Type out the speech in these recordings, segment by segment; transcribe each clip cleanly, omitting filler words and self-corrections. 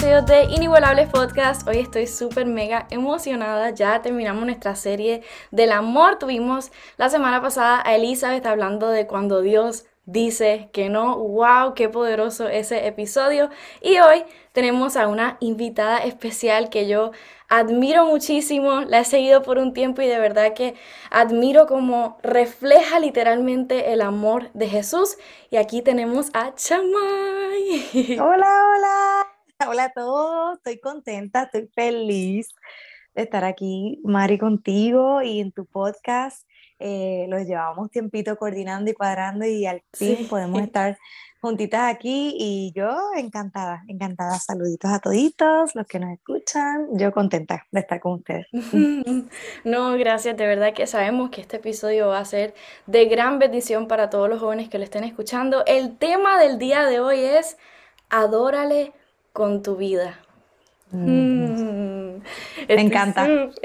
episodio de Inigualables Podcast. Hoy estoy súper mega emocionada. Ya terminamos nuestra serie del amor. Tuvimos la semana pasada a Elizabeth hablando de cuando Dios dice que no. ¡Wow! ¡Qué poderoso ese episodio! Y hoy tenemos a una invitada especial que yo admiro muchísimo. La he seguido por un tiempo y de verdad que admiro cómo refleja literalmente el amor de Jesús. Y aquí tenemos a Chamay. Hola, hola, hola a todos, estoy contenta, estoy feliz de estar aquí, Mari, contigo y en tu podcast. Los llevamos tiempito coordinando y cuadrando y al fin Sí. podemos estar juntitas aquí y yo encantada, encantada. Saluditos a toditos los que nos escuchan, yo contenta de estar con ustedes. No, gracias. De verdad que sabemos que este episodio va a ser de gran bendición para todos los jóvenes que lo estén escuchando. El tema del día de hoy es Adórale con tu vida. Ujú. Mm, Me Estoy encanta. súper...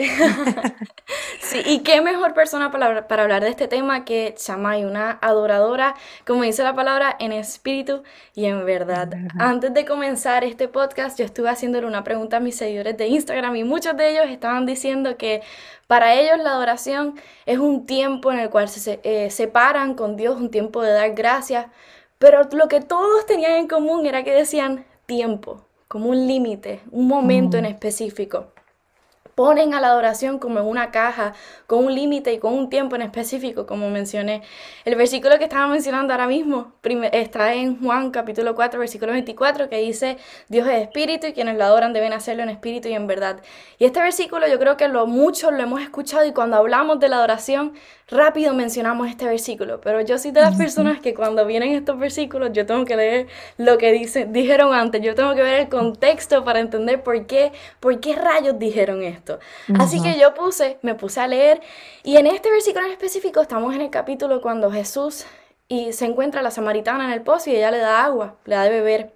Sí, y qué mejor persona para hablar de este tema que Chamay, una adoradora, como dice la palabra, en espíritu y en Es verdad. verdad. Antes de comenzar este podcast, yo estuve haciéndole una pregunta a mis seguidores de Instagram y muchos de ellos estaban diciendo que para ellos la adoración es un tiempo en el cual se separan con Dios, un tiempo de dar gracias, pero lo que todos tenían en común era que decían tiempo, como un límite, un momento en Mm, específico. Ponen a la adoración como en una caja, con un límite y con un tiempo en específico, como mencioné. El versículo que estaba mencionando ahora mismo está en Juan capítulo 4, versículo 24, que dice, Dios es espíritu y quienes lo adoran deben hacerlo en espíritu y en verdad. Y este versículo yo creo que muchos lo hemos escuchado y cuando hablamos de la adoración, rápido mencionamos este versículo. Pero yo soy de las ujú. personas que cuando vienen estos versículos, yo tengo que leer lo que dijeron antes. Yo tengo que ver el contexto para entender por qué rayos dijeron esto. Así Ujú. que me puse a leer y en este versículo en específico estamos en el capítulo cuando Jesús y se encuentra la samaritana en el pozo y ella le da agua, le da de beber.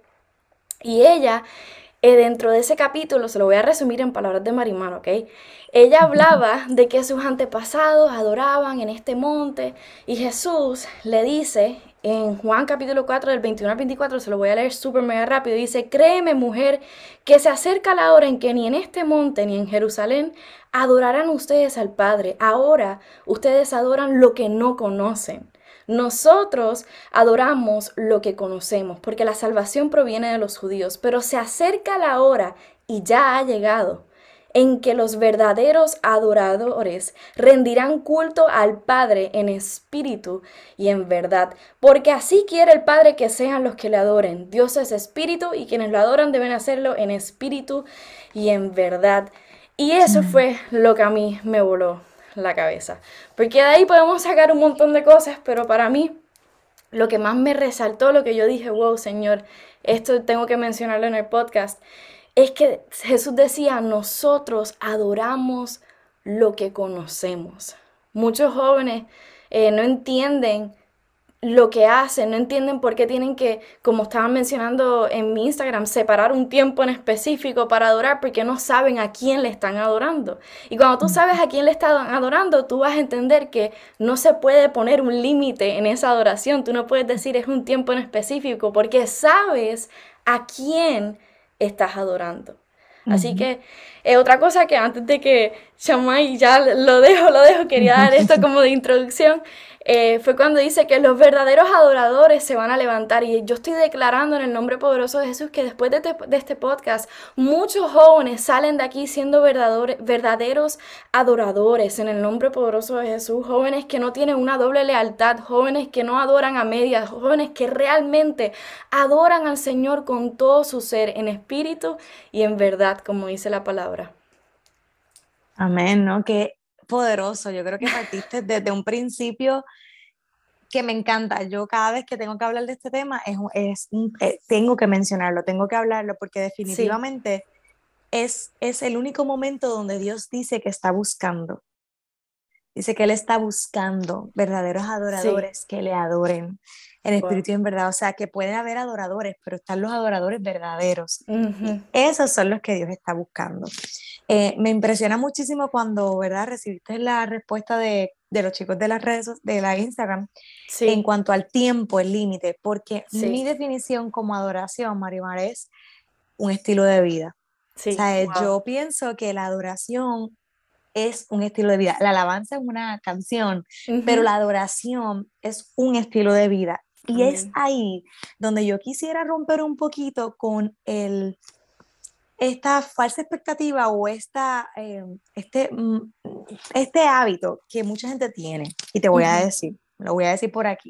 Y ella, dentro de ese capítulo, se lo voy a resumir en palabras de Marimar, ¿ok? Ella hablaba de que sus antepasados adoraban en este monte y Jesús le dice en Juan capítulo 4 del 21 al 24, se lo voy a leer súper mega rápido, dice, créeme mujer, que se acerca la hora en que ni en este monte ni en Jerusalén adorarán ustedes al Padre. Ahora ustedes adoran lo que no conocen. Nosotros adoramos lo que conocemos, porque la salvación proviene de los judíos, pero se acerca la hora, y ya ha llegado, en que los verdaderos adoradores rendirán culto al Padre en espíritu y en verdad, porque así quiere el Padre que sean los que le adoren. Dios es espíritu y quienes lo adoran deben hacerlo en espíritu y en verdad. Y eso Mm. fue lo que a mí me voló la cabeza. Porque de ahí podemos sacar un montón de cosas, pero para mí lo que más me resaltó, lo que yo dije, wow, Señor, esto tengo que mencionarlo en el podcast, es que Jesús decía, nosotros adoramos lo que conocemos. Muchos jóvenes no entienden lo que hacen, no entienden por qué tienen que, como estaban mencionando en mi Instagram, separar un tiempo en específico para adorar porque no saben a quién le están adorando. Y cuando tú sabes a quién le están adorando, tú vas a entender que no se puede poner un límite en esa adoración. Tú no puedes decir es un tiempo en específico porque sabes a quién estás adorando. Así Ujú. que otra cosa que antes de que Shamay ya lo dejo, quería dar esto como de introducción, fue cuando dice que los verdaderos adoradores se van a levantar y yo estoy declarando en el nombre poderoso de Jesús que después de este podcast muchos jóvenes salen de aquí siendo verdaderos adoradores en el nombre poderoso de Jesús, jóvenes que no tienen una doble lealtad, jóvenes que no adoran a medias, jóvenes que realmente adoran al Señor con todo su ser en espíritu y en verdad, como dice la palabra. Amén, ¿no? Qué poderoso. Yo creo que partiste desde un principio que me encanta. Yo cada vez que tengo que hablar de este tema tengo que mencionarlo, tengo que hablarlo porque Sí. definitivamente es el único momento donde Dios dice que está buscando. Dice que Él está buscando verdaderos Sí. adoradores que le adoren en Wow. espíritu y en verdad. O sea, que pueden haber adoradores, pero están los adoradores verdaderos. Ujú. Y esos son los que Dios está buscando. Me impresiona muchísimo cuando, ¿verdad? Recibiste la respuesta de los chicos de las de la Instagram en Sí, cuanto al tiempo, el límite, porque mi sí. definición como adoración, Marimar, es un estilo de vida. O Sí, sea, wow. yo pienso que la adoración es un estilo de vida. La alabanza es una canción, pero Ujú. la adoración es un estilo de vida. Y es Amén. ahí donde yo quisiera romper un poquito con esta falsa expectativa o este hábito que mucha gente tiene. Y te voy a Ujú. decir, lo voy a decir por aquí.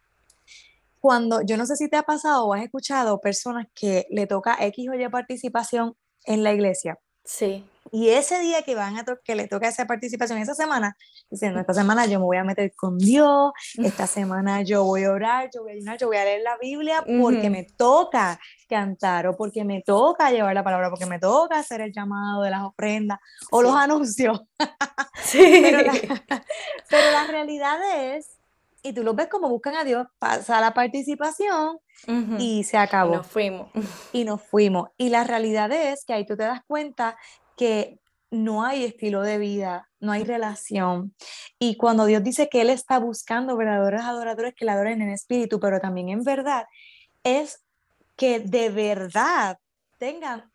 Cuando, yo no sé si te ha pasado o has escuchado personas que le toca X o Y participación en la iglesia. Sí. Y ese día que le toca esa participación, esa semana, diciendo, esta semana yo me voy a meter con Dios, esta semana yo voy a orar, yo voy a ayunar, yo voy a leer la Biblia porque Ujú. me toca cantar o porque me toca llevar la palabra, porque me toca hacer el llamado de las ofrendas o los Sí. anuncios. Pero la, Sí. pero la realidad es, y tú lo ves como buscan a Dios, pasa la participación Ujú. y se Y nos acabó fuimos. y nos fuimos. Y la realidad es que ahí tú te das cuenta que no hay estilo de vida, no hay relación. Y cuando Dios dice que Él está buscando verdaderos adoradores que le adoren en espíritu, pero también en verdad, es que de verdad tengan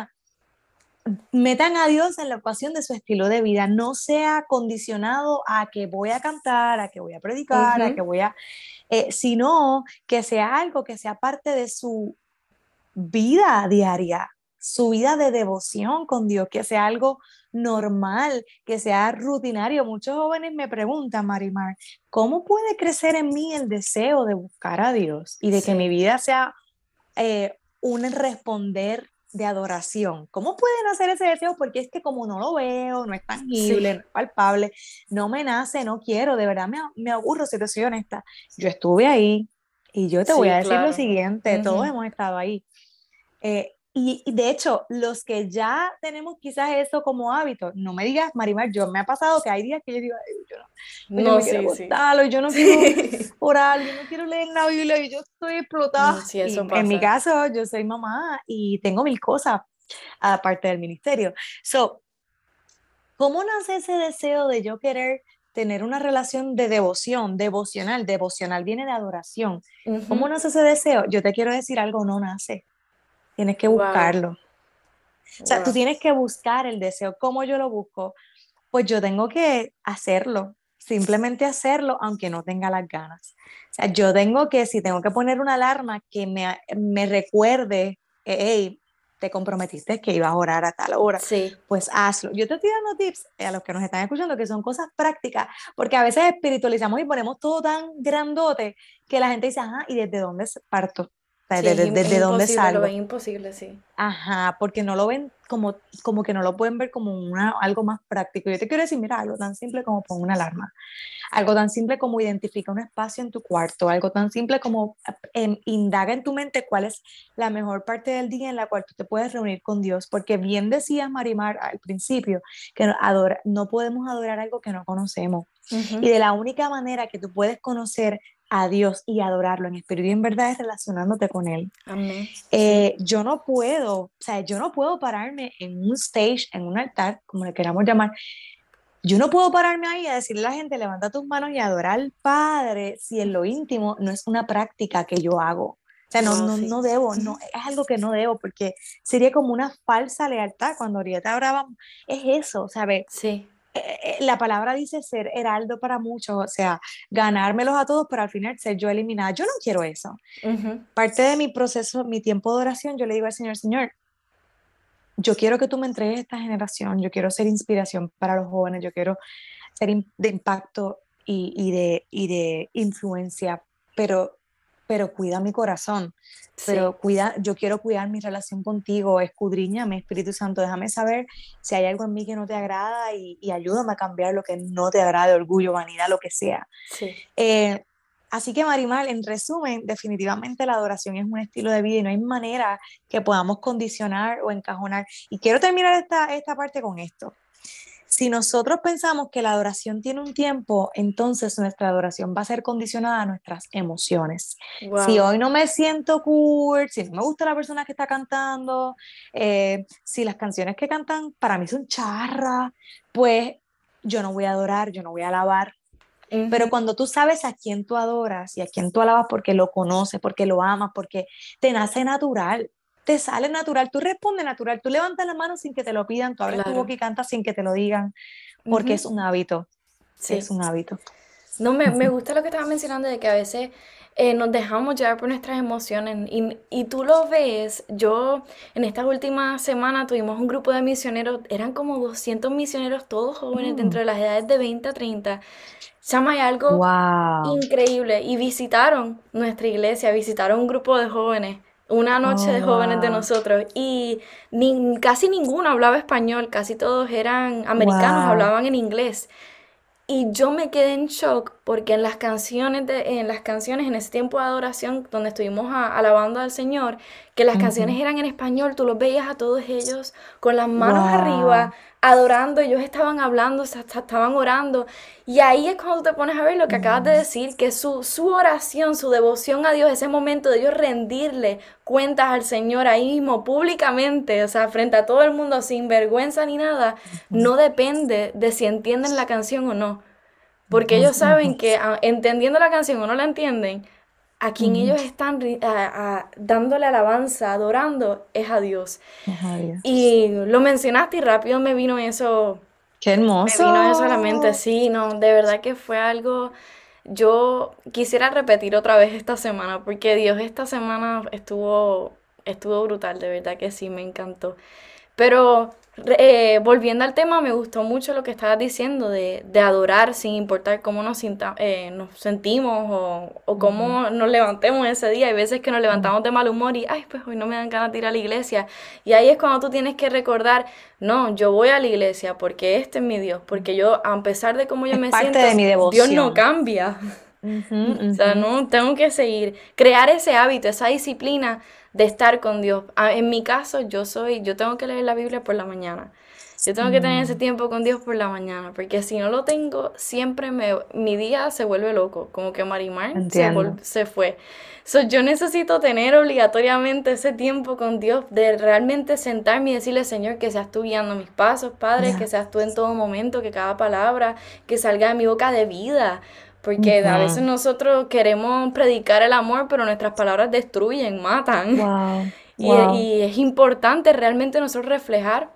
metan a Dios en la ocasión de su estilo de vida, no sea condicionado a que voy a cantar, a que voy a predicar, a que Ujú. voy a, sino que sea algo que sea parte de su vida diaria, su vida de devoción con Dios, que sea algo normal, que sea rutinario. Muchos jóvenes me preguntan, Marimar, ¿cómo puede crecer en mí el deseo de buscar a Dios y de que mi Sí. vida sea un responder de adoración? ¿Cómo pueden hacer ese deseo? Porque es que como no lo veo, no es Sí. tangible, no es palpable, no me nace, no quiero, de verdad me aburro, si te soy honesta. Yo estuve ahí y yo te voy Sí, a decir lo claro. siguiente, todos Ujú. hemos estado ahí. Y de hecho, los que ya tenemos quizás eso como hábito, no me digas, Marimar, yo me ha pasado que hay días que yo digo, "Ay, yo No, me quiero sí, sí. acostar, o yo no quiero Sí. orar, yo no quiero leer la Biblia y yo estoy explotada". Sí, Y eso en mi pasa. caso, yo soy mamá y tengo mil cosas aparte del ministerio. So, ¿cómo nace ese deseo de yo querer tener una relación de devoción, devocional? Devocional viene de adoración. ¿Cómo nace ese deseo? Yo te quiero decir algo, no nace. Tienes que Wow. buscarlo. O sea, tú Wow. tienes que buscar el deseo. ¿Cómo yo lo busco? Pues yo tengo que hacerlo, simplemente hacerlo, aunque no tenga las ganas. O sea, yo tengo que, si tengo que poner una alarma que me recuerde, hey, te comprometiste que ibas a orar a tal hora, Sí. pues hazlo. Yo te estoy dando tips a los que nos están escuchando que son cosas prácticas, porque a veces espiritualizamos y ponemos todo tan grandote que la gente dice, ajá, ¿y desde dónde parto? O sea, Sí, es ¿desde dónde imposible, lo ven salgo? imposible, sí. Ajá, porque no lo ven como que no lo pueden ver como algo más práctico. Yo te quiero decir, mira, algo tan simple como pon una alarma, algo tan simple como identifica un espacio en tu cuarto, algo tan simple como indaga en tu mente cuál es la mejor parte del día en la cual tú te puedes reunir con Dios, porque bien decías, Marimar, al principio, que no podemos adorar algo que no conocemos. Y Ujú. de la única manera que tú puedes conocer a Dios y adorarlo en espíritu y en verdad es relacionándote con Él. Amén. Sí. Yo no puedo, o sea, yo no puedo pararme en un stage, en un altar, como le queramos llamar. Yo no puedo pararme ahí a decirle a la gente, levanta tus manos y adora al Padre, si en lo íntimo no es una práctica que yo hago. O sea, Wow, sí. no debo, no, es algo que no debo, porque sería como una falsa lealtad. Cuando ahorita hablábamos, es eso, ¿sabes? Sí. La palabra dice ser heraldo para muchos, o sea, ganármelos a todos, pero al final ser yo eliminada. Yo no quiero eso. Ujú. Parte de mi proceso, mi tiempo de oración, yo le digo al Señor, Señor, yo quiero que tú me entregues esta generación, yo quiero ser inspiración para los jóvenes, yo quiero ser de impacto y de influencia, pero, pero cuida mi corazón, Sí. pero cuida, yo quiero cuidar mi relación contigo, escudriñame, Espíritu Santo, déjame saber si hay algo en mí que no te agrada y ayúdame a cambiar lo que no te agrade, orgullo, vanidad, lo que sea. Sí. Eh, Así que Marimal, en resumen, definitivamente la adoración es un estilo de vida y no hay manera que podamos condicionar o encajonar. Y quiero terminar esta parte con esto. Si nosotros pensamos que la adoración tiene un tiempo, entonces nuestra adoración va a ser condicionada a nuestras emociones. Si Wow. hoy no me siento cool, si no me gusta la persona que está cantando, si las canciones que cantan para mí son charras, pues yo no voy a adorar, yo no voy a alabar. Pero Ujú. cuando tú sabes a quién tú adoras y a quién tú alabas porque lo conoces, porque lo amas, porque te nace natural. te sale natural, tú respondes natural, tú levantas la mano sin que te lo pidan, tú abres tu Claro. boca y cantas sin que te lo digan, porque Ujú. es un hábito, Sí. es un hábito. No, me gusta lo que estabas mencionando de que a veces nos dejamos llevar por nuestras emociones y tú lo ves, yo en estas últimas semanas tuvimos un grupo de misioneros, eran como 200 misioneros, todos jóvenes dentro Mm, de las edades de 20 a 30. Chama, hay algo wow. increíble y visitaron nuestra iglesia, visitaron un grupo de jóvenes, una noche Oh, de jóvenes de wow. nosotros y casi ninguno hablaba español, casi todos eran americanos, Wow. hablaban en inglés. Y yo me quedé en shock porque en las canciones, en ese tiempo de adoración donde estuvimos alabando al Señor, que las canciones eran en español, tú los veías a todos ellos con las manos arriba, Wow. adorando, ellos estaban hablando, o sea, estaban orando. Y ahí es cuando tú te pones a ver lo que acabas de decir, que su oración, su devoción a Dios, ese momento de ellos rendirle cuentas al Señor ahí mismo, públicamente, o sea, frente a todo el mundo, sin vergüenza ni nada, no depende de si entienden la canción o no. Porque ellos saben que entendiendo la canción o no la entienden, a quien ellos están dándole alabanza, adorando, es a Dios. Oh, Dios. Y lo mencionaste y rápido Qué me vino eso a la mente. hermoso. Sí, no, de verdad que fue algo. Yo quisiera repetir otra vez esta semana, porque Dios esta semana estuvo brutal, de verdad que sí, me encantó. Pero volviendo al tema, me gustó mucho lo que estabas diciendo de adorar sin importar cómo nos sentimos o Ujú, cómo nos levantemos ese día. Hay veces que nos ujú, levantamos de mal humor y, ay, pues hoy no me dan ganas de ir a la iglesia. Y ahí es cuando tú tienes que recordar, no, yo voy a la iglesia porque este es mi Dios, porque yo, a pesar de cómo yo es me parte siento, de mi Dios no devoción. cambia. Ujú, O sea, ujú. no, tengo que seguir, crear ese hábito, esa disciplina de estar con Dios. En mi caso, yo tengo que leer la Biblia por la mañana. Yo tengo que tener ese Mm, tiempo con Dios por la mañana, porque si no lo tengo, siempre mi día se vuelve loco, como que Marimar entiendo. se fue. So, yo necesito tener obligatoriamente ese tiempo con Dios, de realmente sentarme y decirle, Señor, que seas tú guiando mis pasos, Padre, que Ya. seas tú en todo momento, que cada palabra que salga de mi boca de vida. Porque a veces Ujú. nosotros queremos predicar el amor, pero nuestras palabras destruyen, matan. Wow, Y, wow. y es importante realmente nosotros reflejar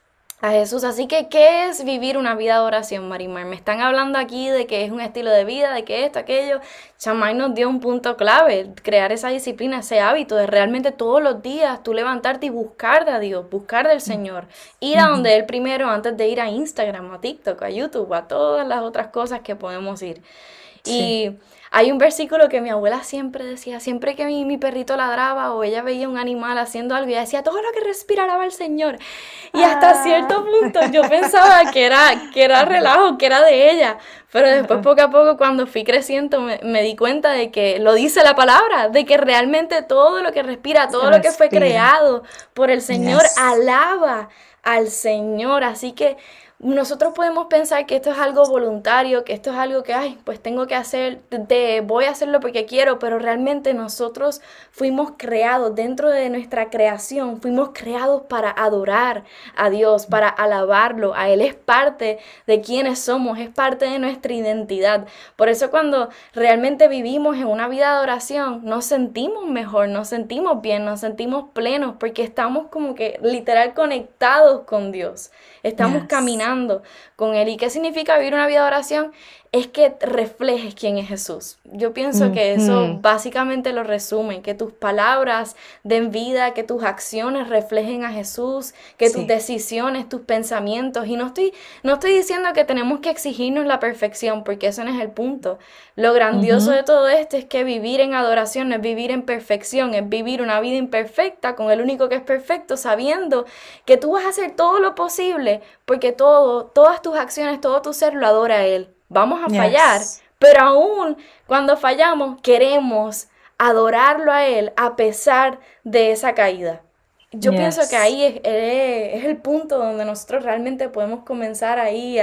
a Jesús. Así que, ¿qué es vivir una vida de oración, Marimar? Me están hablando aquí de que es un estilo de vida, de que esto, aquello. Chamay nos dio un punto clave, crear esa disciplina, ese hábito de realmente todos los días tú levantarte y buscar de Dios, buscar del Señor. Ir a Ujú, donde Él primero antes de ir a Instagram, a TikTok, a YouTube, a todas las otras cosas que podemos ir. sí. Y hay un versículo que mi abuela siempre decía, siempre que mi perrito ladraba o ella veía un animal haciendo algo, ella decía, todo lo que respira alaba al Señor. Y hasta Ah. cierto punto yo pensaba que era relajo, que era de ella. Pero después poco a poco cuando fui creciendo me di cuenta de que lo dice la palabra, de que realmente todo lo que respira, todo lo que fue Respira. creado por el Señor, Yes. alaba al Señor. Así que nosotros podemos pensar que esto es algo voluntario, que esto es algo que, ay, pues tengo que hacer, voy a hacerlo porque quiero, pero realmente nosotros fuimos creados dentro de nuestra creación, fuimos creados para adorar a Dios, para alabarlo, a Él es parte de quienes somos, es parte de nuestra identidad. Por eso cuando realmente vivimos en una vida de oración, nos sentimos mejor, nos sentimos bien, nos sentimos plenos, porque estamos como que literal conectados con Dios. Estamos Yes. caminando con Él. ¿Y qué significa vivir una vida de oración? Es que reflejes quién es Jesús. Yo pienso que eso Ujú, básicamente lo resume, que tus palabras den vida, que tus acciones reflejen a Jesús, que tus sí. decisiones, tus pensamientos. Y no estoy diciendo que tenemos que exigirnos la perfección, porque eso no es el punto. Lo grandioso Ujú, de todo esto es que vivir en adoración no es vivir en perfección, es vivir una vida imperfecta con el único que es perfecto, sabiendo que tú vas a hacer todo lo posible porque todas tus acciones, todo tu ser lo adora a Él. Vamos a fallar, yes. pero aún cuando fallamos queremos adorarlo a Él a pesar de esa caída. Yo pienso que Yes. ahí es el punto donde nosotros realmente podemos comenzar ahí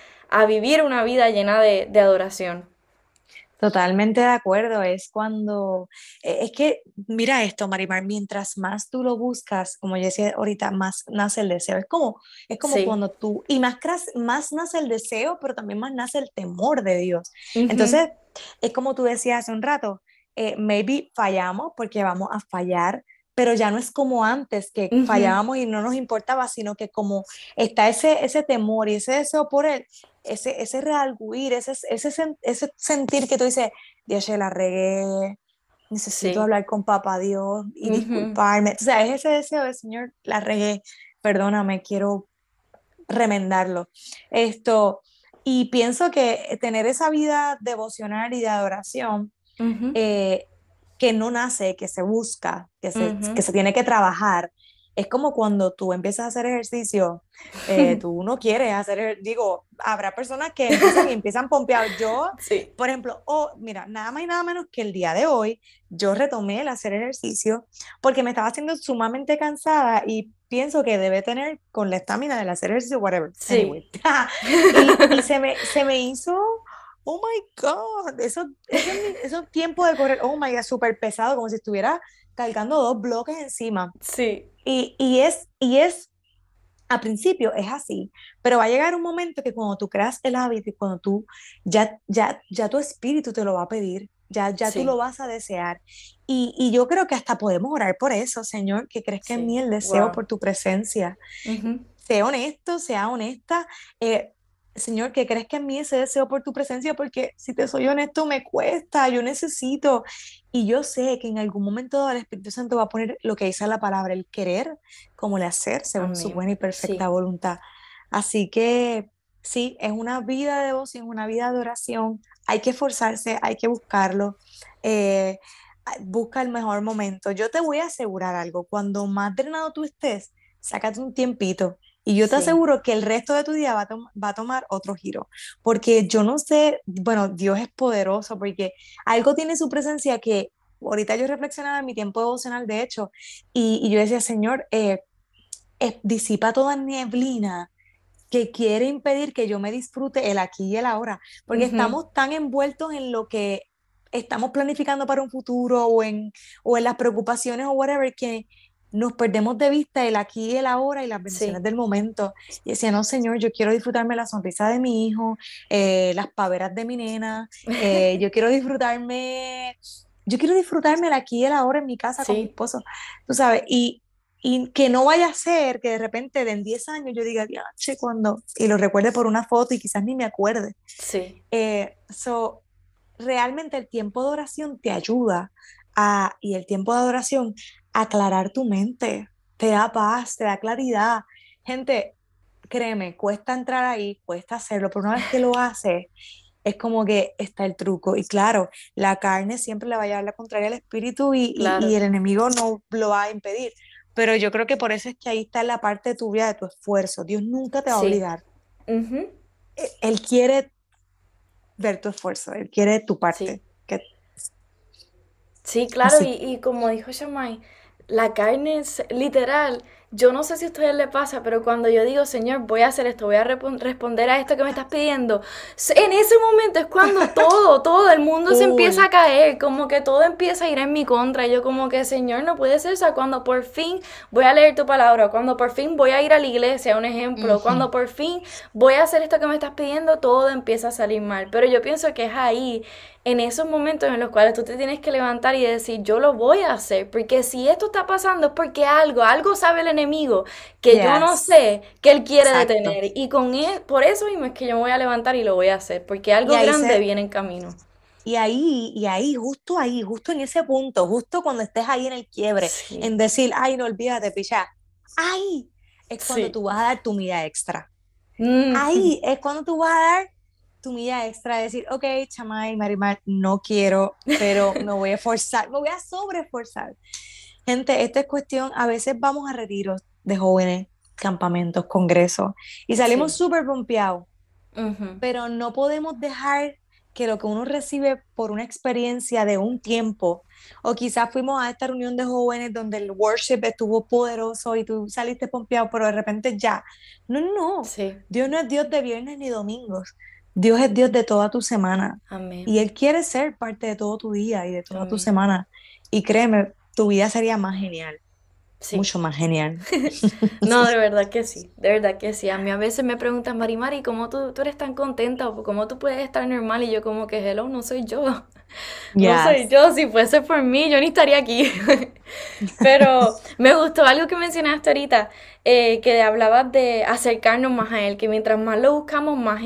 a vivir una vida llena de adoración. Totalmente de acuerdo, es cuando, es que, mira esto, Marimar, mientras más tú lo buscas, como yo decía ahorita, más nace el deseo, es como Sí. cuando tú, y más nace el deseo, pero también más nace el temor de Dios. Ujú. Entonces, es como tú decías hace un rato, maybe fallamos porque vamos a fallar, pero ya no es como antes, que Ujú. fallábamos y no nos importaba, sino que como está ese temor y ese deseo por él, ese redarguir, ese sentir que tú dices, Dios, yo la regué, necesito Sí. hablar con papá Dios y Ujú. disculparme. O sea, es ese deseo de, Señor, la regué, perdóname, quiero remendarlo. Esto, y pienso que tener esa vida devocional y de adoración, Ujú. eh, que no nace, que se busca, que Ujú. se tiene que trabajar. Es como cuando tú empiezas a hacer ejercicio, tú no quieres hacer, digo, habrá personas que empiezan y empiezan pompeados. Yo, Sí. por ejemplo, mira, nada más y nada menos que el día de hoy, yo retomé el hacer ejercicio porque me estaba haciendo sumamente cansada y pienso que debe tener con la estamina del hacer ejercicio, whatever. Sí. Anyway. Y se me hizo, oh my God, esos tiempos de correr, oh my God, súper pesado, como si estuviera cargando 2 bloques encima. Sí. Y es, a principio es así, pero va a llegar un momento que cuando tú creas el hábito y cuando tú, ya tu espíritu te lo va a pedir, ya tú lo Sí. vas a desear. Y yo creo que hasta podemos orar por eso, Señor, que crezca en Sí. mí el deseo Wow. por tu presencia. Ujú. Sea honesto, sea honesta. Señor, que crezca en mí ese deseo por tu presencia, porque si te soy honesto, me cuesta, yo necesito. Y yo sé que en algún momento dado el Espíritu Santo va a poner lo que dice la palabra, el querer como el hacer, según su Amén. buena y perfecta Sí. voluntad. Así que sí, es una vida de devoción, una vida de oración. Hay que esforzarse, hay que buscarlo. eh, Busca el mejor momento. Yo te voy a asegurar algo, cuando más drenado tú estés, sácate un tiempito y yo te Sí. aseguro que el resto de tu día va a tomar otro giro, porque yo no sé, bueno, Dios es poderoso, porque algo tiene su presencia que ahorita yo reflexionaba en mi tiempo devocional, de hecho, y yo decía, Señor, disipa toda neblina que quiere impedir que yo me disfrute el aquí y el ahora, porque Ujú. estamos tan envueltos en lo que estamos planificando para un futuro o en las preocupaciones o whatever que nos perdemos de vista el aquí y el ahora y las bendiciones Sí. del momento. Y decía, no, Señor, yo quiero disfrutarme la sonrisa de mi hijo, las paveras de mi nena, yo quiero disfrutarme el aquí y el ahora en mi casa con mi Sí. esposo, tú sabes, y que no vaya a ser que de repente en 10 años yo diga, che, cuando, y lo recuerde por una foto y quizás ni me acuerde. Sí. Realmente el tiempo de oración te ayuda y el tiempo de adoración a aclarar tu mente, te da paz, te da claridad. Gente, créeme, cuesta entrar ahí, cuesta hacerlo, pero una vez que lo haces, es como que está el truco. Y claro, la carne siempre le va a llevar la contraria al espíritu y Claro. el enemigo no lo va a impedir. Pero yo creo que por eso es que ahí está la parte de tu vida, de tu esfuerzo. Dios nunca te va a Sí. obligar. Ujú. Él quiere ver tu esfuerzo, Él quiere tu Sí. parte. Sí, claro, Así. y como dijo Shamay, la carne es literal. Yo no sé si a ustedes les pasa, pero cuando yo digo, Señor, voy a hacer esto, voy a responder a esto que me estás pidiendo, en ese momento es cuando todo el mundo se empieza Full. a caer, como que todo empieza a ir en mi contra. Y yo como que, Señor, no puede ser, o sea, cuando por fin voy a leer tu palabra, cuando por fin voy a ir a la iglesia, un ejemplo, Ujú. cuando por fin voy a hacer esto que me estás pidiendo, todo empieza a salir mal. Pero yo pienso que es ahí en esos momentos en los cuales tú te tienes que levantar y decir, yo lo voy a hacer, porque si esto está pasando es porque algo sabe el enemigo que yo no Yes, sé que él quiere exacto. detener. Y con él, por eso mismo es que yo me voy a levantar y lo voy a hacer, porque Y algo ahí grande se, viene en camino. y ahí, justo en ese punto, justo cuando estés ahí en el quiebre, Sí, en decir, ay, no olvídate, picha, ahí es cuando sí. tú vas a dar tu milla extra. Mm, Ahí es cuando tú vas a dar tu milla extra, de decir, ok, Chamay, Marimar, no quiero, pero me voy a esforzar, me voy a sobreesforzar. Gente, esta es cuestión, a veces vamos a retiros de jóvenes, campamentos, congresos, y salimos sí. súper pompeados, Ujú. pero no podemos dejar que lo que uno recibe por una experiencia de un tiempo, o quizás fuimos a esta reunión de jóvenes donde el worship estuvo poderoso y tú saliste pompeado, pero de repente ya. No, no, no. Sí. Dios no es Dios de viernes ni domingos. Dios es Dios de toda tu semana. Amén. Y Él quiere ser parte de todo tu día y de toda tu Amén. semana. Y créeme, tu vida sería más genial, Sí. mucho más genial. No, de verdad que sí, de verdad que sí. A mí a veces me preguntan, Mari Mari, ¿cómo tú eres tan contenta? O ¿cómo tú puedes estar normal? Y yo como que, hello, no soy yo. No soy Yes. yo. Si fuese por mí, yo ni estaría aquí. Pero me gustó algo que mencionaste ahorita, que hablabas de acercarnos más a Él, que mientras más lo buscamos, más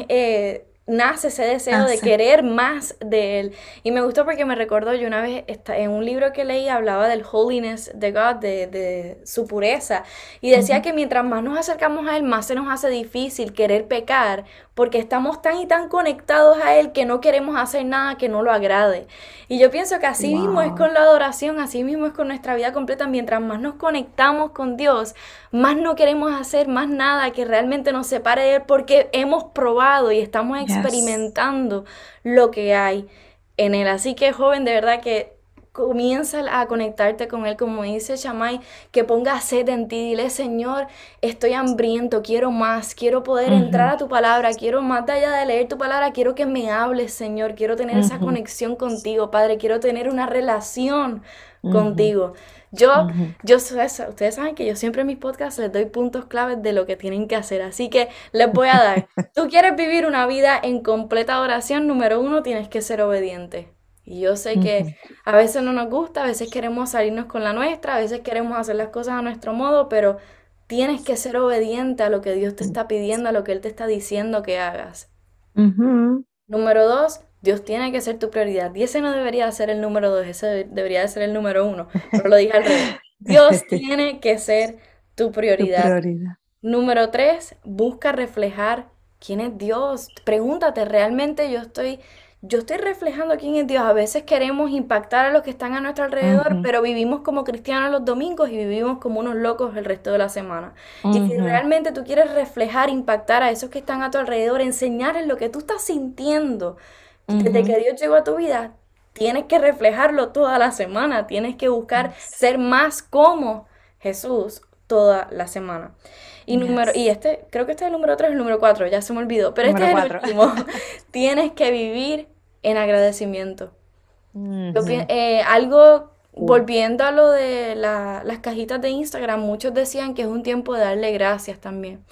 nace ese deseo de Hace. querer más de Él. Y me gustó porque me recordó, yo una vez en un libro que leí hablaba del holiness de God, de su pureza, y decía Ujú. que mientras más nos acercamos a Él, más se nos hace difícil querer pecar, porque estamos tan y tan conectados a Él que no queremos hacer nada que no lo agrade. Y yo pienso que así mismo es Wow. con la adoración, así mismo es con nuestra vida completa. Mientras más nos conectamos con Dios, más no queremos hacer más nada que realmente nos separe de Él porque hemos probado y estamos Yes. experimentando lo que hay en Él. Así que joven, de verdad que comienza a conectarte con Él, como dice Shammai, que ponga sed en ti. Dile, Señor, estoy hambriento, quiero más, quiero poder entrar Ujú, a tu palabra, quiero más allá de leer tu palabra, quiero que me hables, Señor, quiero tener esa ujú, conexión contigo, Padre, quiero tener una relación ujú, contigo. Yo, ujú. ustedes saben que yo siempre en mis podcasts les doy puntos claves de lo que tienen que hacer, así que les voy a dar. Tú quieres vivir una vida en completa oración, número uno, tienes que ser obediente. Y yo sé que Ujú. a veces no nos gusta, a veces queremos salirnos con la nuestra, a veces queremos hacer las cosas a nuestro modo, pero tienes que ser obediente a lo que Dios te está pidiendo, a lo que Él te está diciendo que hagas. Ujú. Número dos, Dios tiene que ser tu prioridad. Y ese no debería ser el número dos, ese debería de ser el número uno, pero lo dije al revés. Dios tiene que ser tu Tu prioridad. prioridad. Número tres, busca reflejar quién es Dios. Pregúntate, ¿realmente yo estoy reflejando quién es Dios? A veces queremos impactar a los que están a nuestro alrededor, Ujú, pero vivimos como cristianos los domingos y vivimos como unos locos el resto de la semana. Y si ujú. realmente tú quieres reflejar, impactar a esos que están a tu alrededor, enseñarles lo que tú estás sintiendo desde Ujú. que Dios llegó a tu vida, tienes que reflejarlo toda la semana, tienes que buscar Yes. ser más como Jesús toda la semana. Y Yes. este, creo que este es el número 3 o el número 4 ya se me olvidó, pero este Número es el 4. último. Tienes que vivir en agradecimiento. Ujú. Algo, Cool. volviendo a lo de las cajitas de Instagram, muchos decían que es un tiempo de darle gracias también.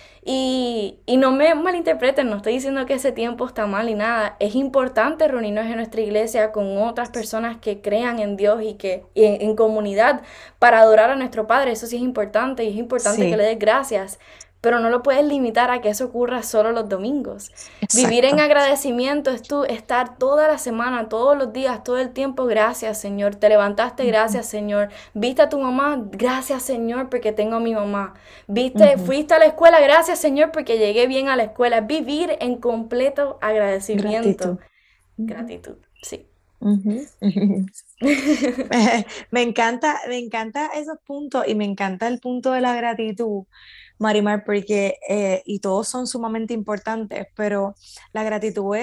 Y no me malinterpreten, no estoy diciendo que ese tiempo está mal y nada. Es importante reunirnos en nuestra iglesia con otras personas que crean en Dios y en comunidad para adorar a nuestro Padre. Eso sí es importante y es importante que le Sí, des gracias. Pero no lo puedes limitar a que eso ocurra solo los domingos. Vivir en exacto. agradecimiento es tú estar toda la semana, todos los días, todo el tiempo. Gracias, Señor. Te levantaste, Ujú, gracias, Señor. Viste a tu mamá, gracias, Señor, porque tengo a mi mamá. Viste, ujú. fuiste a la escuela, gracias Señor porque llegué bien a la escuela. Vivir en completo agradecimiento. Gratitud. Ujú, Gratitud, sí. ujú. Me encanta esos puntos y me equncanta el punto de la gratitud, Marimar, porque, y todos son sumamente importantes, pero la gratitud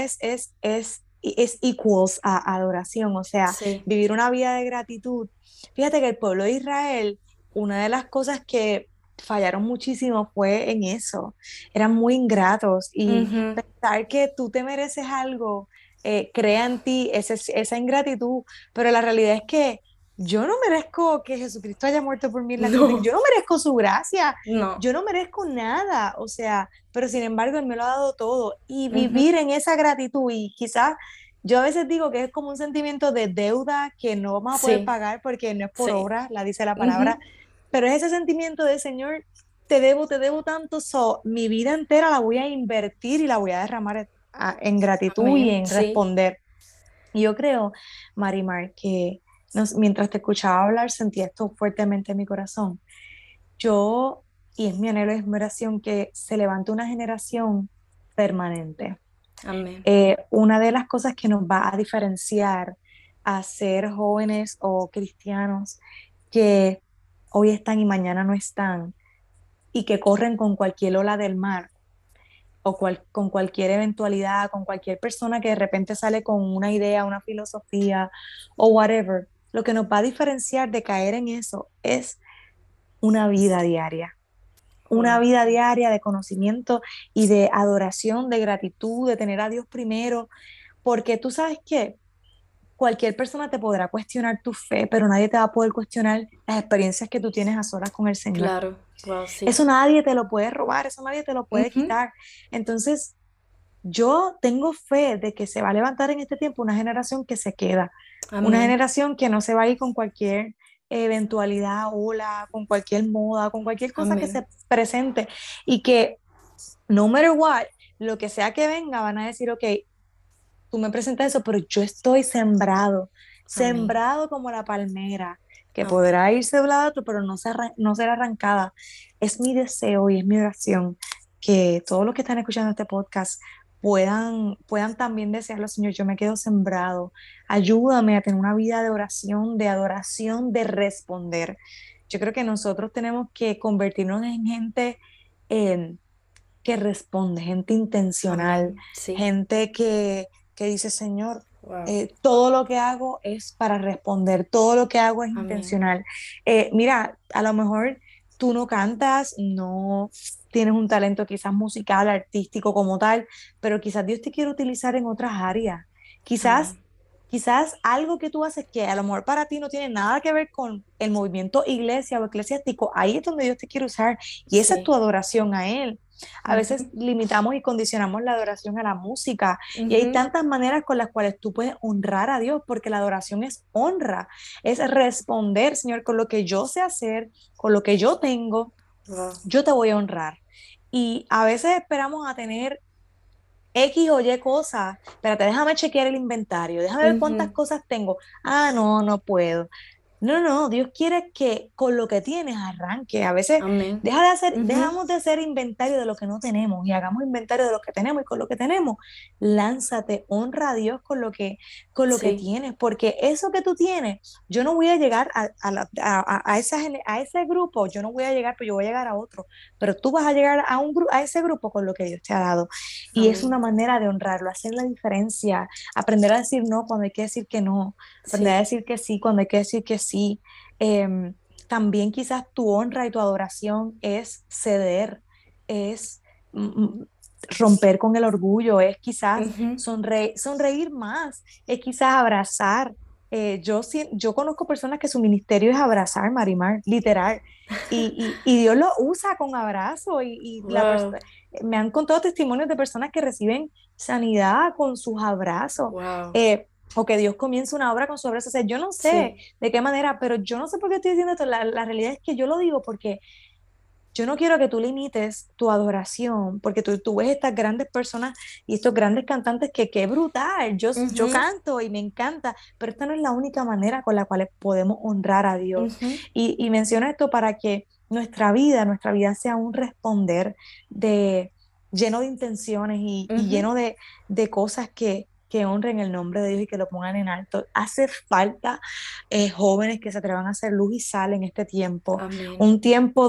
es equals a adoración, o sea, Sí. vivir una vida de gratitud. Fíjate que el pueblo de Israel, una de las cosas que fallaron muchísimo fue en eso, eran muy ingratos y Ujú. pensar que tú te mereces algo, crea en ti esa ingratitud, pero la realidad es que yo no merezco que Jesucristo haya muerto por mí en la cruz, No, yo no merezco su gracia, no. yo no merezco nada, o sea, pero sin embargo Él me lo ha dado todo y Ujú. vivir en esa gratitud y quizás yo a veces digo que es como un sentimiento de deuda que no vamos a poder Sí, pagar porque no es por sí. obra, la dice la palabra, Ujú. pero es ese sentimiento de Señor, te debo tanto, mi vida entera la voy a invertir y la voy a derramar en gratitud y Amén, en sí. responder. Y yo creo, Marimar, que mientras te escuchaba hablar sentía esto fuertemente en mi corazón. Yo, y es mi anhelo, es mi oración, que se levante una generación permanente. Amén. Una de las cosas que nos va a diferenciar a ser jóvenes o cristianos que hoy están y mañana no están y que corren con cualquier ola del mar o con cualquier eventualidad, con cualquier persona que de repente sale con una idea, una filosofía o whatever, lo que nos va a diferenciar de caer en eso es una vida diaria. Una Wow. vida diaria de conocimiento y de adoración, de gratitud, de tener a Dios primero, porque tú sabes que cualquier persona te podrá cuestionar tu fe, pero nadie te va a poder cuestionar las experiencias que tú tienes a solas con el Señor. Claro. Wow, sí. Eso nadie te lo puede robar, eso nadie te lo puede Ujú. quitar. Entonces, yo tengo fe de que se va a levantar en este tiempo una generación que se queda, una Amén. generación que no se va a ir con cualquier eventualidad, ola, con cualquier moda, con cualquier cosa que Amén. se presente y que no matter what, lo que sea que venga, van a decir, ok, tú me presentas eso, pero yo estoy sembrado, Amén. sembrado como la palmera, que Amén. podrá irse de un lado a otro, pero no será arrancada. Es mi deseo y es mi oración que todos los que están escuchando este podcast puedan también desearlo, Señor. Yo me quedo sembrado. Ayúdame a tener una vida de oración, de adoración, de responder. Yo creo que nosotros tenemos que convertirnos en gente que responde, gente intencional, Amén. Sí. gente que dice, Señor, Wow. todo lo que hago es para responder, todo lo que hago es Amén. intencional. Mira, a lo mejor tú no cantas, no tienes un talento quizás musical, artístico como tal, pero quizás Dios te quiere utilizar en otras áreas. Quizás, Amén. quizás algo que tú haces que a lo mejor para ti no tiene nada que ver con el movimiento iglesia o eclesiástico, ahí es donde Dios te quiere usar y esa es Sí. tu adoración a Él. A veces Ujú. limitamos y condicionamos la adoración a la música y hay Ujú. tantas maneras con las cuales tú puedes honrar a Dios, porque la adoración es honra, es responder, Señor, con lo que yo sé hacer, con lo que yo tengo, Wow. yo te voy a honrar. Y a veces esperamos a tener X o Y cosas. Espérate, déjame chequear el inventario, déjame ver cuántas Ujú. cosas tengo. Ah, no, no puedo. No, no, Dios quiere que con lo que tienes arranque. A veces Amén. Ujú. dejamos de hacer inventario de lo que no tenemos y hagamos inventario de lo que tenemos y con lo que tenemos, lánzate, honra a Dios con lo que Sí. tienes, porque eso que tú tienes, yo no voy a llegar a ese grupo, yo no voy a llegar, pero yo voy a llegar a otro, pero tú vas a llegar a ese grupo con lo que Dios te ha dado. Y es una Amén. manera de honrarlo, hacer la diferencia, aprender a decir no cuando hay que decir que no, aprender a Sí. decir que sí cuando hay que decir que sí. Em, También quizás tu honra y tu adoración es ceder, es romper con el orgullo, es quizás Ujú. sonreír más, es quizás abrazar. Yo conozco personas que su ministerio es abrazar, Marimar, literal, y Dios lo usa con abrazo Wow. me han contado testimonios de personas que reciben sanidad con sus abrazos. Wow. eh, o que Dios comienza una obra con su abrazo. O sea, yo no sé Sí. de qué manera, pero yo no sé por qué estoy diciendo esto. La realidad es que yo lo digo porque yo no quiero que tú limites tu adoración, porque tú ves estas grandes personas y estos grandes cantantes que qué brutal. Yo Ujú. canto y me encanta, pero esta no es la única manera con la cual podemos honrar a Dios. Ujú. Y menciono esto para que nuestra vida sea un responder de lleno de intenciones y Ujú. lleno de cosas que honren el nombre de Dios y que lo pongan en alto. Hace falta jóvenes que se atrevan a hacer luz y sal en este tiempo, Amén. un tiempo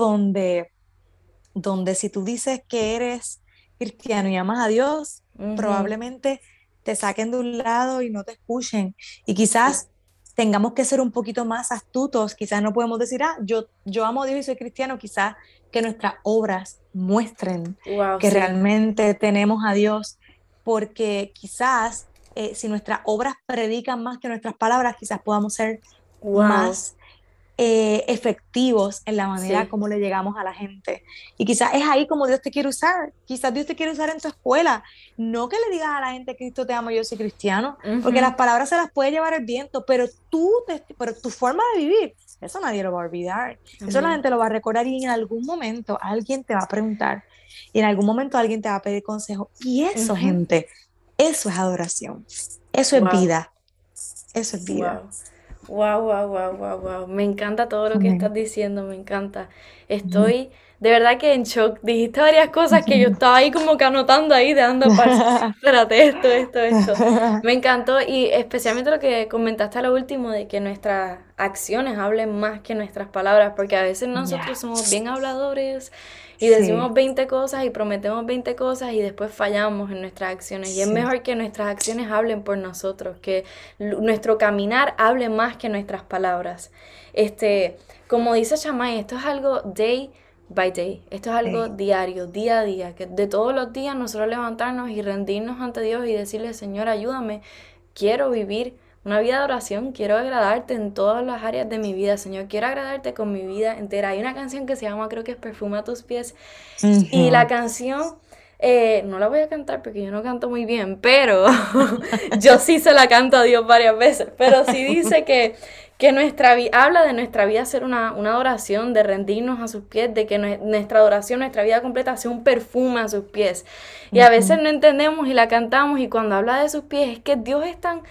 donde si tú dices que eres cristiano y amas a Dios, Ujú. probablemente te saquen de un lado y no te escuchen. Y Sí. quizás tengamos que ser un poquito más astutos, quizás no podemos decir, yo amo a Dios y soy cristiano, quizás que nuestras obras muestren Wow, que sí. realmente tenemos a Dios, porque quizás si nuestras obras predican más que nuestras palabras, quizás podamos ser Wow. más efectivos en la manera Sí. como le llegamos a la gente. Y quizás es ahí como Dios te quiere usar. Quizás Dios te quiere usar en tu escuela. No que le digas a la gente, Cristo te amo, yo soy cristiano, porque Ujú. las palabras se las puede llevar el viento, pero tu forma de vivir, eso nadie lo va a olvidar. Eso la Amén. gente lo va a recordar y en algún momento alguien te va a preguntar y en algún momento alguien te va a pedir consejo. Y eso, Ujú. gente, eso es adoración. Eso es Wow. vida. Eso es vida. Wow. Wow, wow, wow, wow, wow. Me encanta todo lo que Amén. estás diciendo, me encanta. Estoy de verdad que en shock. Dijiste varias cosas que yo Ujú. estaba ahí como que anotando ahí, de anda, parce. Espérate, esto. Me encantó y especialmente lo que comentaste a lo último de que nuestras acciones hablen más que nuestras palabras, porque a veces nosotros somos Yes. bien habladores y Sí, decimos 20 cosas y prometemos 20 cosas y después fallamos en nuestras acciones. Y es sí. mejor que nuestras acciones hablen por nosotros, que nuestro caminar hable más que nuestras palabras. Como dice Chamay, esto es algo day by day, esto es algo Sí. diario, día a día, que de todos los días nosotros levantarnos y rendirnos ante Dios y decirle, Señor, ayúdame, quiero vivir una vida de oración, quiero agradarte en todas las áreas de mi vida, Señor, quiero agradarte con mi vida entera. Hay una canción que se llama, creo que es Perfuma tus pies, y la Ujú. canción, no la voy a cantar porque yo no canto muy bien, pero yo sí se la canto a Dios varias veces, pero sí dice que habla de nuestra vida ser una adoración, de rendirnos a sus pies, de que nuestra adoración, nuestra vida completa sea un perfume a sus pies. Y a veces Ujú. no entendemos y la cantamos y cuando habla de sus pies es que Dios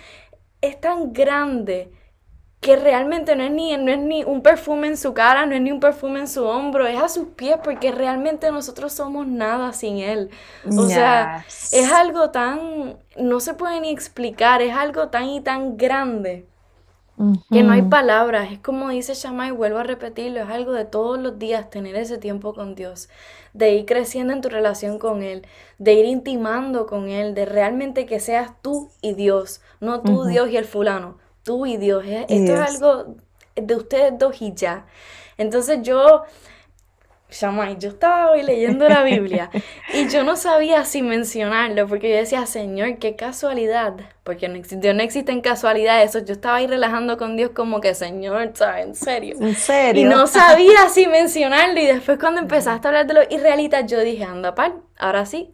es tan grande que realmente no es ni un perfume en su cara, no es ni un perfume en su hombro, es a sus pies porque realmente nosotros somos nada sin Él. O sea, es Yes. algo tan, no se puede ni explicar, es algo tan y tan grande que no hay Ujú. palabras. Es como dice Shammai, vuelvo a repetirlo, es algo de todos los días tener ese tiempo con Dios, de ir creciendo en tu relación con Él, de ir intimando con Él, de realmente que seas tú y Dios, no tú, Ujú. Dios y el fulano, tú y Dios. Y Esto es Dios. algo de ustedes dos y ya. Entonces yo Shammai, yo estaba hoy leyendo la Biblia y yo no sabía si mencionarlo porque yo decía, Señor, qué casualidad, porque Dios no existen casualidades, eso yo estaba ahí relajando con Dios como que, Señor, ¿sabes? En serio. ¿En Y serio? no sabía si mencionarlo y después cuando empezaste a hablar de los israelitas yo dije, anda, pal, ahora sí,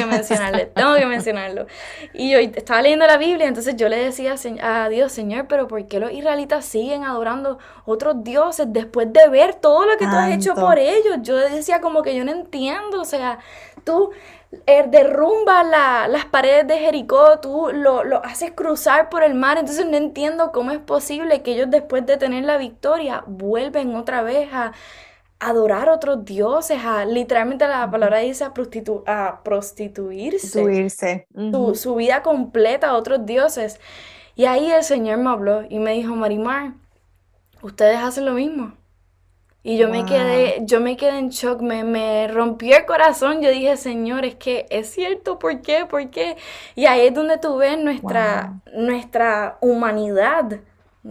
tengo que mencionarlo. Y yo estaba leyendo la Biblia, entonces yo le decía a Dios, Señor, pero ¿por qué los israelitas siguen adorando otros dioses después de ver todo lo que tú has hecho por Tanto. ellos? Yo decía como que yo no entiendo, o sea, tú derrumbas las paredes de Jericó, tú lo haces cruzar por el mar, entonces no entiendo cómo es posible que ellos después de tener la victoria vuelven otra vez a adorar a otros dioses, a literalmente la Ujú. palabra dice a prostituirse Subirse. Ujú. su vida completa a otros dioses. Y ahí el Señor me habló y me dijo, Marimar, ustedes hacen lo mismo. Y Wow. yo me quedé en shock, me rompió el corazón. Yo dije, Señor, es que es cierto, ¿por qué? ¿Por qué? Y ahí es donde tú ves Wow. nuestra humanidad,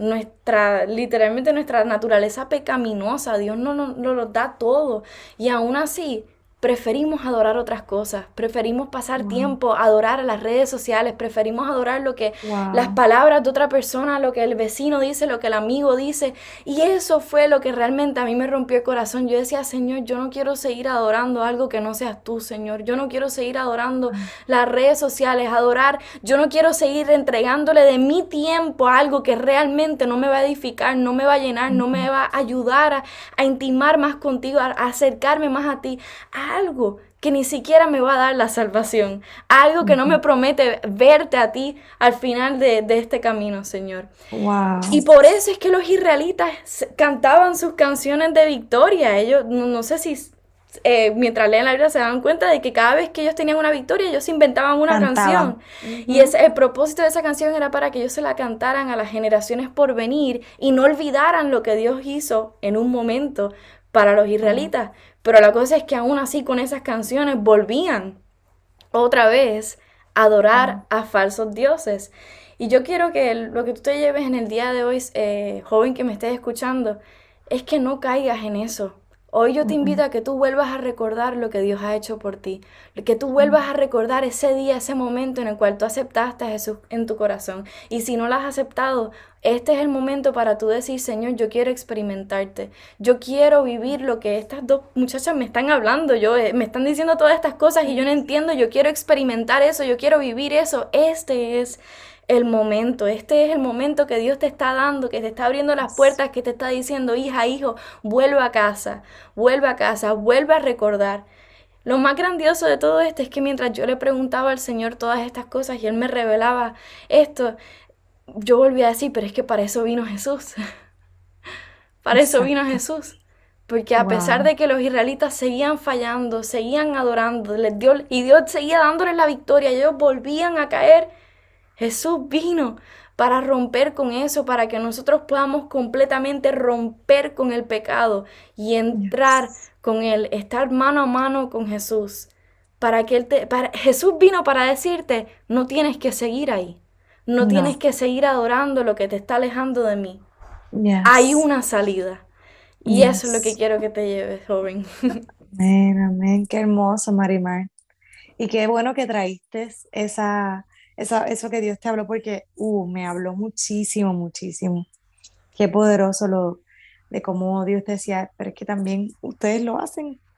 literalmente nuestra naturaleza pecaminosa. Dios nos lo da todo. Y aún así, preferimos adorar otras cosas, preferimos pasar Wow. tiempo, adorar a las redes sociales, preferimos adorar lo que las Wow. palabras de otra persona, lo que el vecino dice, lo que el amigo dice. Y eso fue lo que realmente a mí me rompió el corazón. Yo decía, Señor, yo no quiero seguir adorando algo que no seas tú, Señor. Yo no quiero seguir adorando las redes sociales, yo no quiero seguir entregándole de mi tiempo a algo que realmente no me va a edificar, no me va a llenar, no Ujú. me va a ayudar a intimar más contigo, a acercarme más a ti, a algo que ni siquiera me va a dar la salvación, a algo que no me Ujú. promete verte a ti al final de este camino, Señor. Y Wow. por eso es que los israelitas cantaban sus canciones de victoria. Ellos, no sé si mientras leen la Biblia se dan cuenta de que cada vez que ellos tenían una victoria, ellos inventaban una Cantaban. canción. Y Ujú. el propósito de esa canción era para que ellos se la cantaran a las generaciones por venir y no olvidaran lo que Dios hizo en un momento para los Wow. israelitas. Pero la cosa es que aún así con esas canciones volvían otra vez adorar Wow. a falsos dioses. Y yo quiero que lo que tú te lleves en el día de hoy, joven que me estés escuchando, es que no caigas en eso. Hoy yo te invito Ujú. a que tú vuelvas a recordar lo que Dios ha hecho por ti, que tú vuelvas Ujú. a recordar ese día, ese momento en el cual tú aceptaste a Jesús en tu corazón. Y si no lo has aceptado, este es el momento para tú decir, Señor, yo quiero experimentarte. Yo quiero vivir lo que estas dos muchachas me están hablando. Me están diciendo todas estas cosas y yo no entiendo. Yo quiero experimentar eso. Yo quiero vivir eso. Este es el momento que Dios te está dando, que te está abriendo las Yes. puertas, que te está diciendo, hija, hijo, vuelve a casa, vuelve a casa, vuelve a recordar. Lo más grandioso de todo esto es que mientras yo le preguntaba al Señor todas estas cosas y Él me revelaba esto, yo volví a decir, pero es que para eso vino Jesús. Para eso vino Exacto. Jesús. Porque a pesar Wow. de que los israelitas seguían fallando, seguían adorando, y Dios seguía dándoles la victoria, y ellos volvían a caer, Jesús vino para romper con eso, para que nosotros podamos completamente romper con el pecado y entrar Yes. con Él, estar mano a mano con Jesús. Jesús vino para decirte, no tienes que seguir ahí, no tienes No. que seguir adorando lo que te está alejando de mí. Hay Yes. una salida. Y eso es lo que Yes. quiero que te lleves, joven. Amén, amén. Qué hermoso, Marimar. Y qué bueno que traíste eso que Dios te habló, porque me habló muchísimo, muchísimo. Qué poderoso lo de cómo Dios te decía, pero es que también ustedes lo hacen.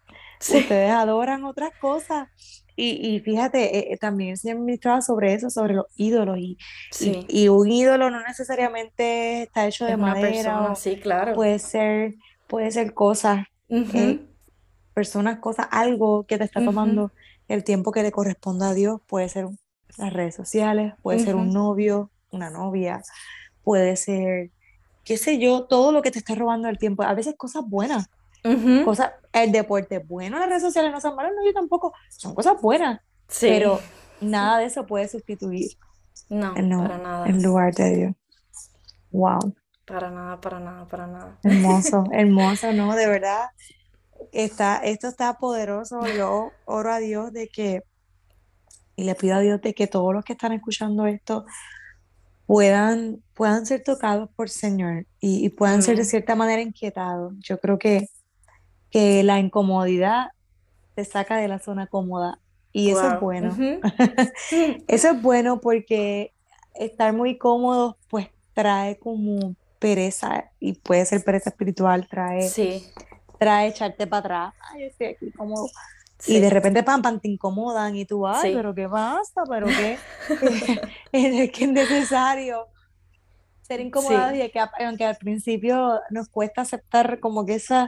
Sí. ustedes adoran otras cosas. Y fíjate, también el Señor ministraba sobre eso, sobre los ídolos. Sí. Y un ídolo no necesariamente está hecho Es de una madera persona, o sí, claro. puede ser, puede ser cosas, Ujú, eh, personas, cosas, algo que te está ujú, tomando el tiempo que le corresponda a Dios. Puede ser las redes sociales, puede ser un ujú, novio, una novia, puede ser, qué sé yo, todo lo que te está robando el tiempo. A veces cosas buenas, ujú. cosas, el deporte es bueno, las redes sociales no son malas, no, yo tampoco, son cosas buenas, Sí. pero nada de eso puede sustituir No, el, para no, nada. el lugar de Dios. Wow, Para nada, para nada, para nada. hermoso, hermoso, ¿no? De verdad, esto está poderoso. Yo oro a Dios de que, y le pido a Dios de que todos los que están escuchando esto puedan ser tocados por Señor y puedan ser de Amén. cierta manera inquietados. Yo creo que la incomodidad te saca de la zona cómoda y eso es Wow. bueno. Eso es bueno porque estar muy cómodos pues trae como pereza y puede ser pereza espiritual, Sí, trae echarte para atrás. Ay, yo estoy aquí cómodo. Y de sí, repente, pam, pam, te incomodan y tú, ay, sí. pero qué pasa, pero qué, es que es necesario ser incomodados Sí, y que aunque al principio nos cuesta aceptar como que esa,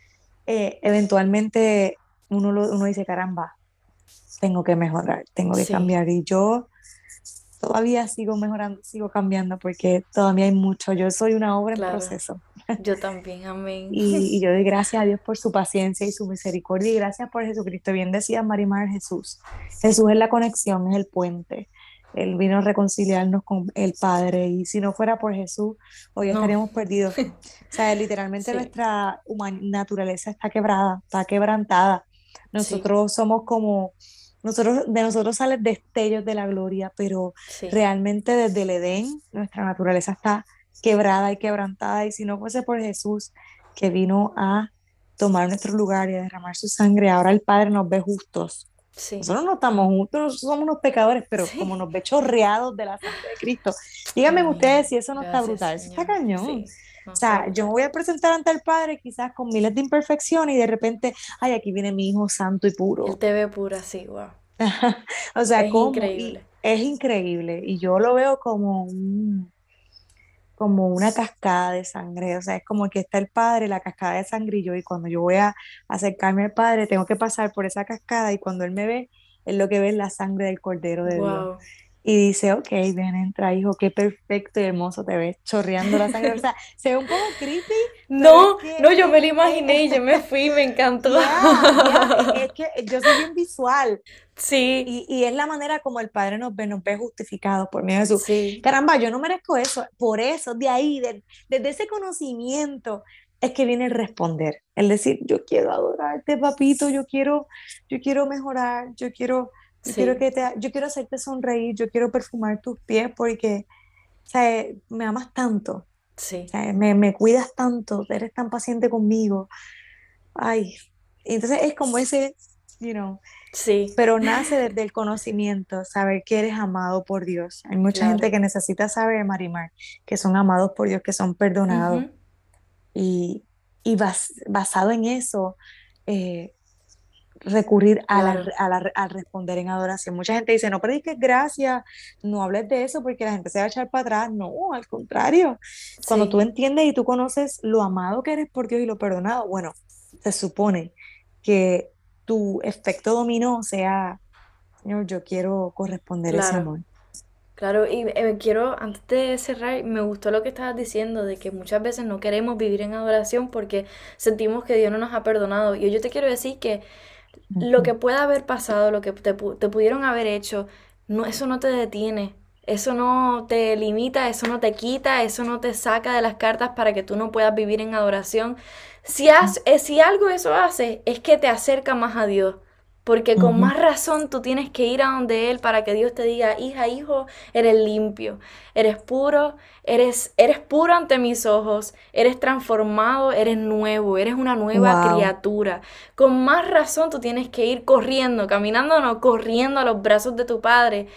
eventualmente uno dice, caramba, tengo que mejorar, tengo que sí, cambiar. Y yo todavía sigo mejorando, sigo cambiando porque todavía hay mucho. Yo soy una obra en claro. proceso. Yo también, amén. Y yo doy gracias a Dios por su paciencia y su misericordia y gracias por Jesucristo. Bien decía Marimar, Jesús. Jesús es la conexión, es el puente. Él vino a reconciliarnos con el Padre y si no fuera por Jesús, hoy No, estaríamos perdidos. O sea, literalmente sí, nuestra naturaleza está quebrada, está quebrantada. sí, Nosotros somos como, de nosotros salen destellos de la gloria, pero sí, realmente desde el Edén nuestra naturaleza está quebrada y quebrantada. Y si no fuese por Jesús que vino a tomar nuestro lugar y a derramar su sangre, ahora el Padre nos ve justos. sí, Nosotros no estamos justos, nosotros somos unos pecadores, pero como sí. nos ve chorreados de la sangre de Cristo. Díganme ustedes Amén. si eso no está Gracias, brutal, eso está Señor. cañón. Sí, O no está sea, yo me brutal. voy a presentar ante el Padre quizás con miles de imperfecciones y de repente, ay, aquí viene mi hijo santo y Él puro. te ve pura, sí, wow. O sea, Es ¿cómo? Y increíble. es increíble. Y yo lo veo como una cascada de sangre, o sea, es como que está el Padre, la cascada de sangre y yo, y cuando yo voy a acercarme al Padre, tengo que pasar por esa cascada y cuando Él me ve, Él lo que ve es la sangre del Cordero de Dios. Wow. Y dice, ok, ven, entra, hijo, qué perfecto y hermoso te ves, chorreando la sangre. O sea, se ve un poco creepy, pero es No, que no, yo me lo imaginé y yo me fui, me encantó. es que yo soy bien visual. Sí, Y es la manera como el Padre nos ve justificados por medio de Jesús. sí, Caramba, yo no merezco eso. Por eso, de ahí, desde ese conocimiento, es que viene el responder. El decir, yo quiero adorarte, papito, yo quiero mejorar, sí, yo quiero hacerte sonreír, yo quiero perfumar tus pies porque, o sea, me amas tanto, o sí, sea, me cuidas tanto, eres tan paciente conmigo. Ay, entonces es como ese, you know, sí, pero nace desde el conocimiento, saber que eres amado por Dios. Hay mucha gente claro. que necesita saber, Marimar, que son amados por Dios, que son perdonados. Ujú, Y, basado en eso, eh, recurrir claro, al responder en adoración. Mucha gente dice, no prediques gracias, no hables de eso porque la gente se va a echar para atrás. No, al contrario. Cuando tú sí, entiendes y tú conoces lo amado que eres por Dios y lo perdonado, bueno, se supone que tu efecto dominó sea, Señor, yo quiero corresponder ese claro. amor. Claro, y quiero, antes de cerrar, me gustó lo que estabas diciendo, de que muchas veces no queremos vivir en adoración porque sentimos que Dios no nos ha perdonado. Y yo te quiero decir que lo Ujú, que pueda haber pasado, lo que te pudieron haber hecho, no, eso no te detiene, eso no te limita, eso no te quita, eso no te saca de las cartas para que tú no puedas vivir en adoración. Si algo eso hace, es que te acerca más a Dios. Porque con ujú, más razón tú tienes que ir a donde Él para que Dios te diga, hija, hijo, eres limpio, eres puro, eres puro ante mis ojos, eres transformado, eres nuevo, eres una nueva wow. criatura. Con más razón tú tienes que ir corriendo, caminando, no, corriendo a los brazos de tu Padre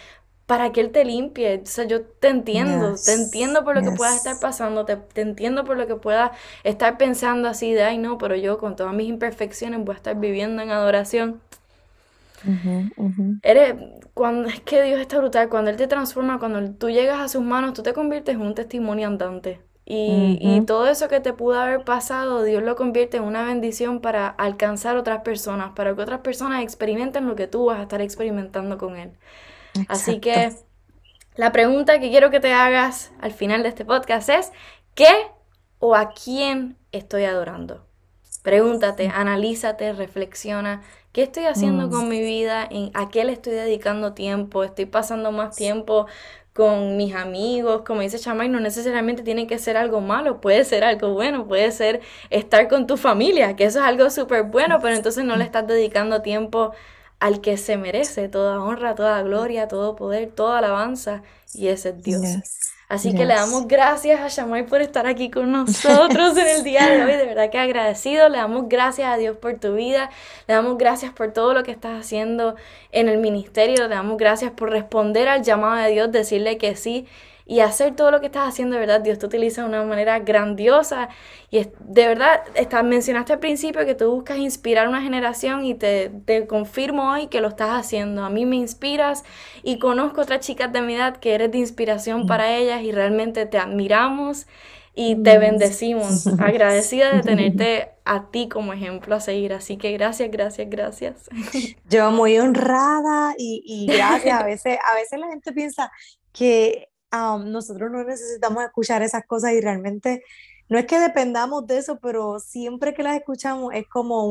para que Él te limpie. O sea, yo te entiendo por lo que puedas estar Yes. pasando, te entiendo por lo que puedas estar pensando así de, ay no, pero yo con todas mis imperfecciones voy a estar viviendo en adoración. Ujú, ujú. Es que Dios está brutal, cuando Él te transforma, cuando tú llegas a sus manos, tú te conviertes en un testimonio andante. Y Ujú. todo eso que te pudo haber pasado, Dios lo convierte en una bendición para alcanzar otras personas, para que otras personas experimenten lo que tú vas a estar experimentando con Él. Así Exacto. que la pregunta que quiero que te hagas al final de este podcast es, ¿qué o a quién estoy adorando? Pregúntate, analízate, reflexiona, ¿qué estoy haciendo Mm. con mi vida? ¿A qué le estoy dedicando tiempo? ¿Estoy pasando más tiempo con mis amigos? Como dice Chamay, no necesariamente tiene que ser algo malo, puede ser algo bueno, puede ser estar con tu familia, que eso es algo súper bueno, pero entonces no le estás dedicando tiempo al que se merece toda honra, toda gloria, todo poder, toda alabanza, y ese es Dios. Yes. Así que le Yes. damos gracias a Shamay por estar aquí con nosotros en el día de hoy, de verdad que agradecido, le damos gracias a Dios por tu vida, le damos gracias por todo lo que estás haciendo en el ministerio, le damos gracias por responder al llamado de Dios, decirle que sí y hacer todo lo que estás haciendo, de verdad, Dios te utiliza de una manera grandiosa y de verdad, mencionaste al principio que tú buscas inspirar a una generación y te confirmo hoy que lo estás haciendo. A mí me inspiras y conozco otras chicas de mi edad que eres de inspiración para ellas y realmente te admiramos y te bendecimos. Agradecida de tenerte a ti como ejemplo a seguir. Así que gracias, gracias, gracias. Yo muy honrada y gracias. A veces la gente piensa que nosotros no necesitamos escuchar esas cosas y realmente no es que dependamos de eso, pero siempre que las escuchamos es como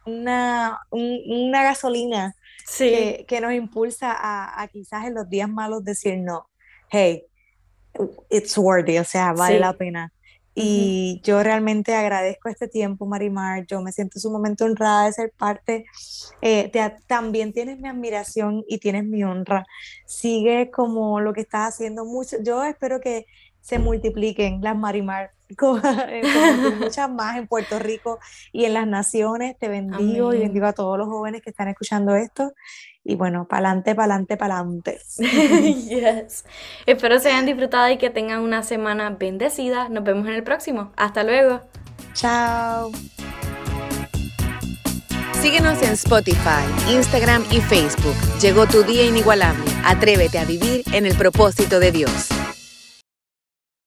una gasolina Sí. que nos impulsa a quizás en los días malos decir no, hey, it's worthy, o sea, vale la Sí. pena. Ujú. Y yo realmente agradezco este tiempo, Marimar. Yo me siento sumamente honrada de ser parte. También tienes mi admiración y tienes mi honra. Sigue como lo que estás haciendo mucho. Yo espero que se multipliquen las Marimar como tú, muchas más en Puerto Rico y en las naciones. Te bendigo y bendigo Amén. a todos los jóvenes que están escuchando esto. Y bueno, pa'lante, pa'lante, pa'lante. Yes. Espero se hayan disfrutado y que tengan una semana bendecida. Nos vemos en el próximo. Hasta luego. Chao. Síguenos en Spotify, Instagram y Facebook. Llegó tu día inigualable. Atrévete a vivir en el propósito de Dios.